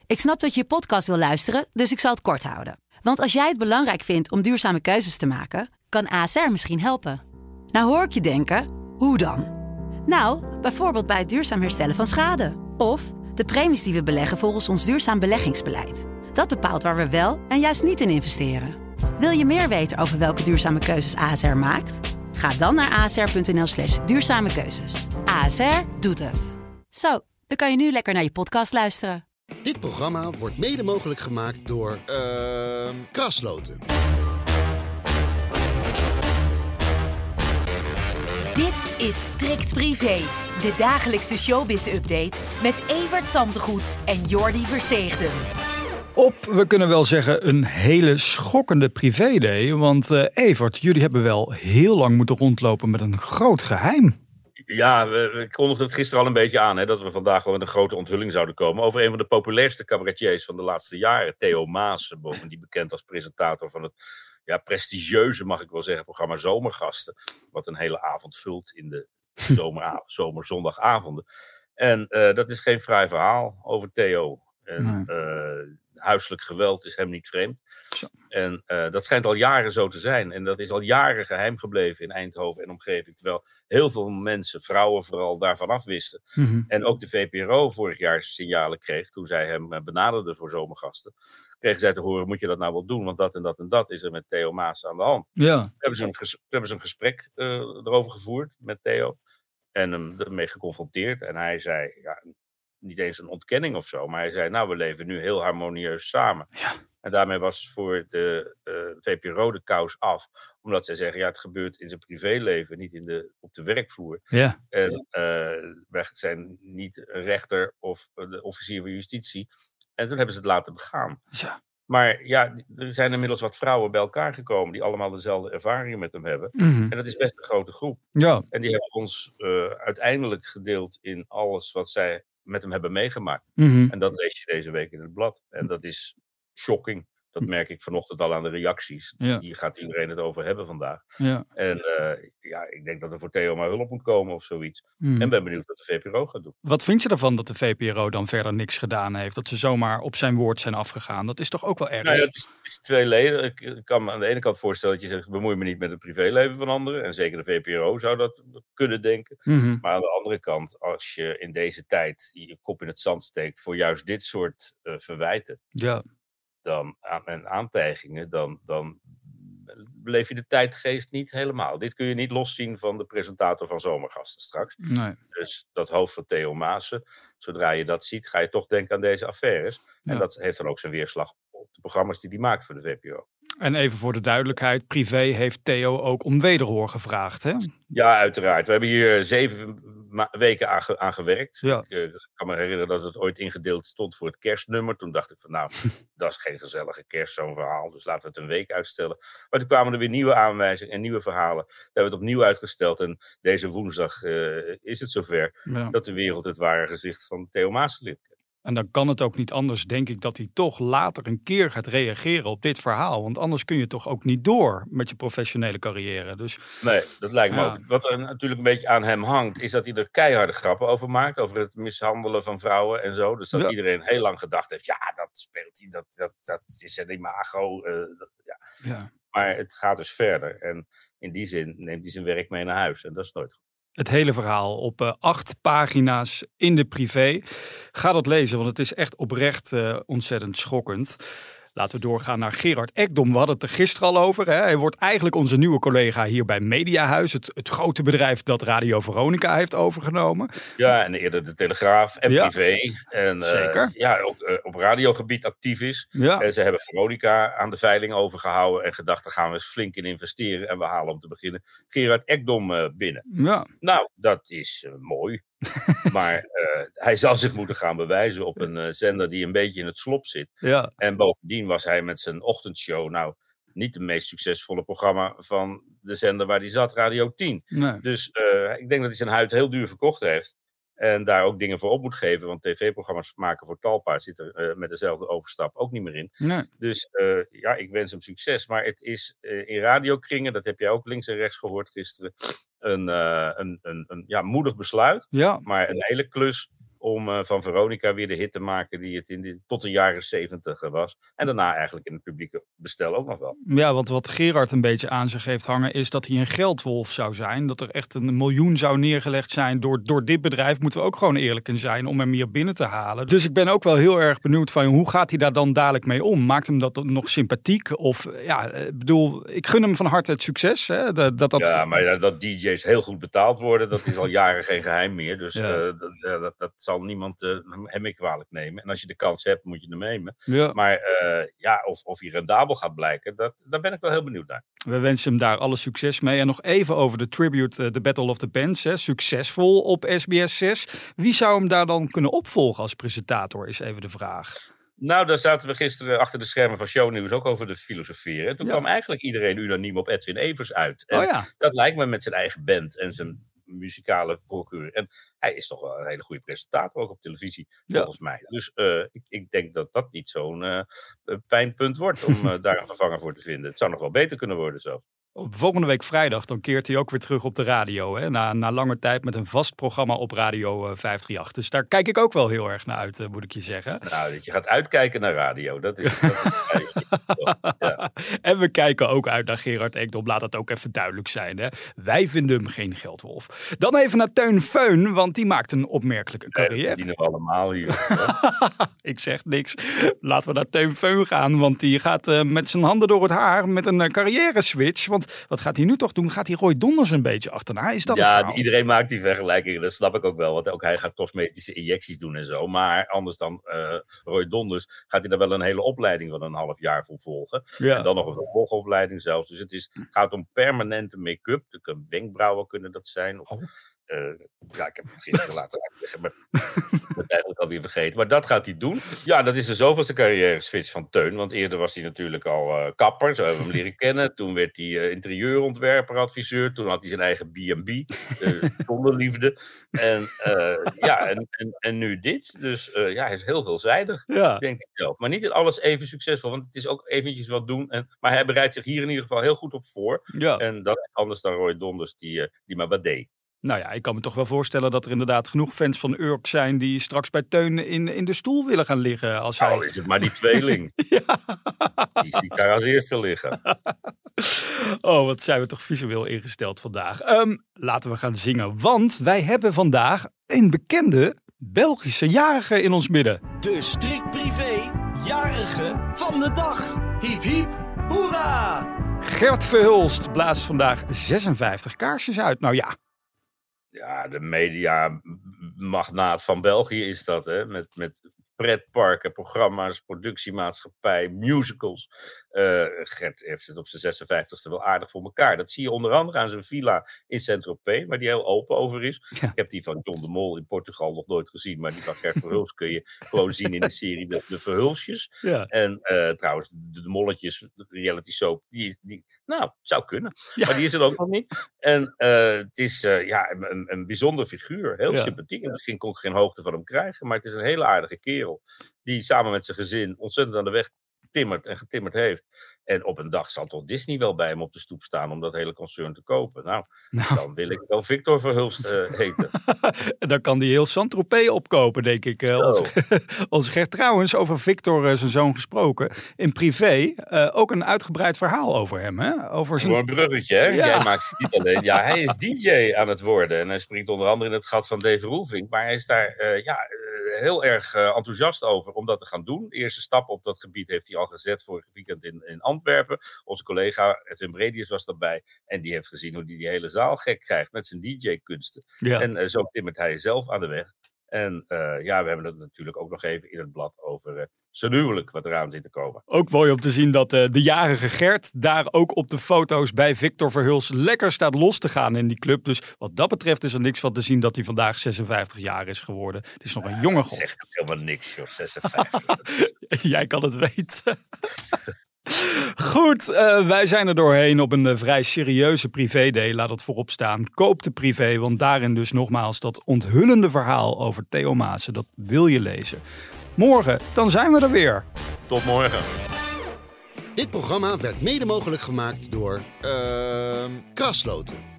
Ik snap dat je podcast wil luisteren, dus ik zal het kort houden. Want als jij het belangrijk vindt om duurzame keuzes te maken, kan ASR misschien helpen. Nou hoor ik je denken, hoe dan? Nou, bijvoorbeeld bij het duurzaam herstellen van schade. Of de premies die we beleggen volgens ons duurzaam beleggingsbeleid. Dat bepaalt waar we wel en juist niet in investeren. Wil je meer weten over welke duurzame keuzes ASR maakt? Ga dan naar asr.nl/duurzame keuzes. ASR doet het. Zo, dan kan je nu lekker naar je podcast luisteren. Dit programma wordt mede mogelijk gemaakt door Krasloten. Dit is Strikt Privé, de dagelijkse showbiz-update met Evert Zantegoed en Jordi Versteegden. We kunnen wel zeggen, een hele schokkende privéday. Want Evert, jullie hebben wel heel lang moeten rondlopen met een groot geheim. Ja, we kondigden het gisteren al een beetje aan, hè, dat we vandaag wel met een grote onthulling zouden komen over een van de populairste cabaretiers van de laatste jaren, Theo Maassen, bovendien bekend als presentator van het prestigieuze, mag ik wel zeggen, programma Zomergasten, wat een hele avond vult in de zomerzondagavonden. En dat is geen fraai verhaal over Theo. En huiselijk geweld is hem niet vreemd. Zo. En dat schijnt al jaren zo te zijn. En dat is al jaren geheim gebleven in Eindhoven en omgeving. Terwijl heel veel mensen, vrouwen vooral, daarvan afwisten. Mm-hmm. En ook de VPRO vorig jaar signalen kreeg toen zij hem benaderden voor Zomergasten. Kregen zij te horen, moet je dat nou wel doen? Want dat en dat en dat is er met Theo Maassen aan de hand. Ja. Hebben ze een gesprek erover gevoerd met Theo. En hem ermee geconfronteerd. En hij zei, niet eens een ontkenning of zo. Maar hij zei, nou, we leven nu heel harmonieus samen. Ja. En daarmee was voor de VPRO de kous af. Omdat zij zeggen, het gebeurt in zijn privéleven, niet op de werkvloer. Ja. En wij zijn niet een rechter of de officier van justitie. En toen hebben ze het laten begaan. Ja. Maar er zijn inmiddels wat vrouwen bij elkaar gekomen die allemaal dezelfde ervaringen met hem hebben. Mm-hmm. En dat is best een grote groep. Ja. En die hebben ons uiteindelijk gedeeld in alles wat zij met hem hebben meegemaakt. Mm-hmm. En dat lees je deze week in het blad. En dat is shocking. Dat merk ik vanochtend al aan de reacties. Ja. Hier gaat iedereen het over hebben vandaag. Ja. En ik denk dat er voor Theo maar hulp moet komen of zoiets. Mm. En ben benieuwd wat de VPRO gaat doen. Wat vind je ervan dat de VPRO dan verder niks gedaan heeft? Dat ze zomaar op zijn woord zijn afgegaan? Dat is toch ook wel erg? Nou ja, het is tweeledig. Ik kan me aan de ene kant voorstellen dat je zegt, bemoei me niet met het privéleven van anderen. En zeker de VPRO zou dat kunnen denken. Mm-hmm. Maar aan de andere kant, als je in deze tijd je kop in het zand steekt voor juist dit soort verwijten. Ja. En aantijgingen, dan beleef je de tijdgeest niet helemaal. Dit kun je niet loszien van de presentator van Zomergasten straks. Nee. Dus dat hoofd van Theo Maassen, zodra je dat ziet, ga je toch denken aan deze affaires. Ja. En dat heeft dan ook zijn weerslag op de programma's die hij maakt voor de VPRO. En even voor de duidelijkheid, privé heeft Theo ook om wederhoor gevraagd, hè? Ja, uiteraard. We hebben hier 7 weken aan gewerkt. Ja. Ik kan me herinneren dat het ooit ingedeeld stond voor het kerstnummer. Toen dacht ik van dat is geen gezellige kerst, zo'n verhaal. Dus laten we het een week uitstellen. Maar toen kwamen er weer nieuwe aanwijzingen en nieuwe verhalen. We hebben het opnieuw uitgesteld. En deze woensdag is het zover dat de wereld het ware gezicht van Theo Maassen leert kennen. En dan kan het ook niet anders, denk ik, dat hij toch later een keer gaat reageren op dit verhaal. Want anders kun je toch ook niet door met je professionele carrière. Dus, nee, dat lijkt me ook. Wat er natuurlijk een beetje aan hem hangt, is dat hij er keiharde grappen over maakt. Over het mishandelen van vrouwen en zo. Dus dat iedereen heel lang gedacht heeft, dat speelt hij, dat is een imago. Ja. Maar het gaat dus verder. En in die zin neemt hij zijn werk mee naar huis. En dat is nooit goed. Het hele verhaal op 8 pagina's in de privé. Ga dat lezen, want het is echt oprecht ontzettend schokkend. Laten we doorgaan naar Gerard Ekdom. We hadden het er gisteren al over. Hè? Hij wordt eigenlijk onze nieuwe collega hier bij Mediahuis. Het grote bedrijf dat Radio Veronica heeft overgenomen. Ja, en eerder de Telegraaf en privé. En zeker. Ook op radiogebied actief is. Ja. En ze hebben Veronica aan de veiling overgehouden. En gedacht, daar gaan we eens flink in investeren. En we halen om te beginnen Gerard Ekdom binnen. Ja. Nou, dat is mooi. Maar hij zal zich moeten gaan bewijzen op een zender die een beetje in het slop zit. Ja. En bovendien was hij met zijn ochtendshow niet de meest succesvolle programma van de zender waar hij zat, Radio 10. Nee. Dus ik denk dat hij zijn huid heel duur verkocht heeft. En daar ook dingen voor op moet geven. Want tv-programma's maken voor Talpa zit er met dezelfde overstap ook niet meer in. Nee. Dus ik wens hem succes. Maar het is in radiokringen, dat heb jij ook links en rechts gehoord gisteren, een moedig besluit. Ja. Maar een hele klus om van Veronica weer de hit te maken die het tot de jaren 70 was. En daarna eigenlijk in het publieke bestel ook nog wel. Ja, wat Gerard een beetje aan zich heeft hangen is dat hij een geldwolf zou zijn. Dat er echt 1 miljoen zou neergelegd zijn door dit bedrijf. Moeten we ook gewoon eerlijk in zijn om hem hier binnen te halen. Dus ik ben ook wel heel erg benieuwd van hoe gaat hij daar dan dadelijk mee om? Maakt hem dat nog sympathiek? Of ik gun hem van harte het succes. Hè? Ja, maar dat DJ's heel goed betaald worden, dat is al jaren geen geheim meer. Dus dat zal niemand hem meer kwalijk nemen. En als je de kans hebt, moet je hem nemen. Ja. Maar of hij rendabel gaat blijken, daar ben ik wel heel benieuwd naar. We wensen hem daar alle succes mee. En nog even over de tribute, The Battle of the Bands. Hè. Succesvol op SBS 6. Wie zou hem daar dan kunnen opvolgen als presentator, is even de vraag. Nou, daar zaten we gisteren achter de schermen van Shownieuws ook over te filosoferen. Toen kwam eigenlijk iedereen unaniem op Edwin Evers uit. En dat lijkt me met zijn eigen band en zijn muzikale voorkeur. En hij is toch wel een hele goede presentator, ook op televisie, volgens mij. Dus ik denk dat dat niet zo'n pijnpunt wordt om daar een vervanger voor te vinden. Het zou nog wel beter kunnen worden zo. Volgende week vrijdag, dan keert hij ook weer terug op de radio. Hè? Na lange tijd met een vast programma op Radio 538. Dus daar kijk ik ook wel heel erg naar uit, moet ik je zeggen. Nou, dat je gaat uitkijken naar radio. Dat is ja. En we kijken ook uit naar Gerard Ekdom. Laat dat ook even duidelijk zijn. Hè? Wij vinden hem geen geldwolf. Dan even naar Teun Feun, want die maakt een opmerkelijke carrière. Dat verdienen we allemaal hier. Ik zeg niks. Laten we naar Teun Feun gaan, want die gaat met zijn handen door het haar met een carrière switch. Want wat gaat hij nu toch doen? Gaat hij Roy Donders een beetje achterna? Is dat ja, iedereen maakt die vergelijkingen. Dat snap ik ook wel. Want ook hij gaat cosmetische injecties doen en zo. Maar anders dan Roy Donders gaat hij daar wel een hele opleiding van een half jaar voor volgen. Ja. En dan nog een vervolgopleiding zelfs. Dus het gaat om permanente make-up. De wenkbrauwen kunnen dat zijn. Of, ik heb het gisteren laten uitleggen, maar ik ben het eigenlijk alweer vergeten. Maar dat gaat hij doen. Ja, dat is de zoveelste carrière switch van Teun. Want eerder was hij natuurlijk al kapper, zo hebben we hem leren kennen. Toen werd hij interieurontwerper, adviseur. Toen had hij zijn eigen B&B, zonder liefde. En nu dit. Dus hij is heel veelzijdig, denk ik zelf. Maar niet in alles even succesvol, want het is ook eventjes wat doen. Maar hij bereidt zich hier in ieder geval heel goed op voor. Ja. En dat is anders dan Roy Donders, die maar wat deed. Nou ja, ik kan me toch wel voorstellen dat er inderdaad genoeg fans van Urk zijn die straks bij Teun in de stoel willen gaan liggen. Als hij... is het maar die tweeling. Die ziet daar als eerste liggen. Oh, wat zijn we toch visueel ingesteld vandaag. Laten we gaan zingen, want wij hebben vandaag een bekende Belgische jarige in ons midden. De strikt privé jarige van de dag. Hiep hiep, hoera! Gert Verhulst blaast vandaag 56 kaarsjes uit. Nou ja. Ja, de mediamagnaat van België is dat, hè? Met pretparken, programma's, productiemaatschappij, musicals. Gert heeft het op zijn 56e wel aardig voor elkaar. Dat zie je onder andere aan zijn villa in Saint-Tropez, waar die heel open over is. Ja. Ik heb die van John de Mol in Portugal nog nooit gezien, maar die van Gert Verhulst kun je gewoon zien in de serie De Verhulstjes. Ja. En trouwens, de Molletjes, de reality soap, die zou kunnen. Ja. Maar die is er ook nog niet. En het is een bijzonder figuur, heel sympathiek. En misschien kon ik geen hoogte van hem krijgen, maar het is een hele aardige kerel. Die samen met zijn gezin ontzettend aan de weg getimmerd heeft. En op een dag zal toch Disney wel bij hem op de stoep staan om dat hele concern te kopen. Nou. Dan wil ik wel Victor Verhulst heten. Dan kan die heel Saint-Tropez opkopen, denk ik. Onze Gert trouwens, over Victor, zijn zoon gesproken. In privé, ook een uitgebreid verhaal over hem. Hè? Over een bruggetje, hè? Ja. Jij maakt het niet alleen. Ja, hij is DJ aan het worden. En hij springt onder andere in het gat van Dave Roelvink. Maar hij is daar heel erg enthousiast over om dat te gaan doen. De eerste stap op dat gebied heeft hij al gezet vorig weekend in Antwerpen. Onze collega Edwin Bredius was daarbij. En die heeft gezien hoe hij die hele zaal gek krijgt met zijn DJ-kunsten. Ja. En zo timmert hij zelf aan de weg. En we hebben het natuurlijk ook nog even in het blad over zijn huwelijk wat eraan zit te komen. Ook mooi om te zien dat de jarige Gert daar ook op de foto's bij Victor Verhulst lekker staat los te gaan in die club. Dus wat dat betreft is er niks van te zien dat hij vandaag 56 jaar is geworden. Het is nog een jonge god. Dat zegt helemaal niks, joh, 56. Jij kan het weten. Goed, wij zijn er doorheen op een vrij serieuze privé-day. Laat het voorop staan. Koop de privé, want daarin dus nogmaals dat onthullende verhaal over Theo Maassen. Dat wil je lezen. Morgen, dan zijn we er weer. Tot morgen. Dit programma werd mede mogelijk gemaakt door Krasloten.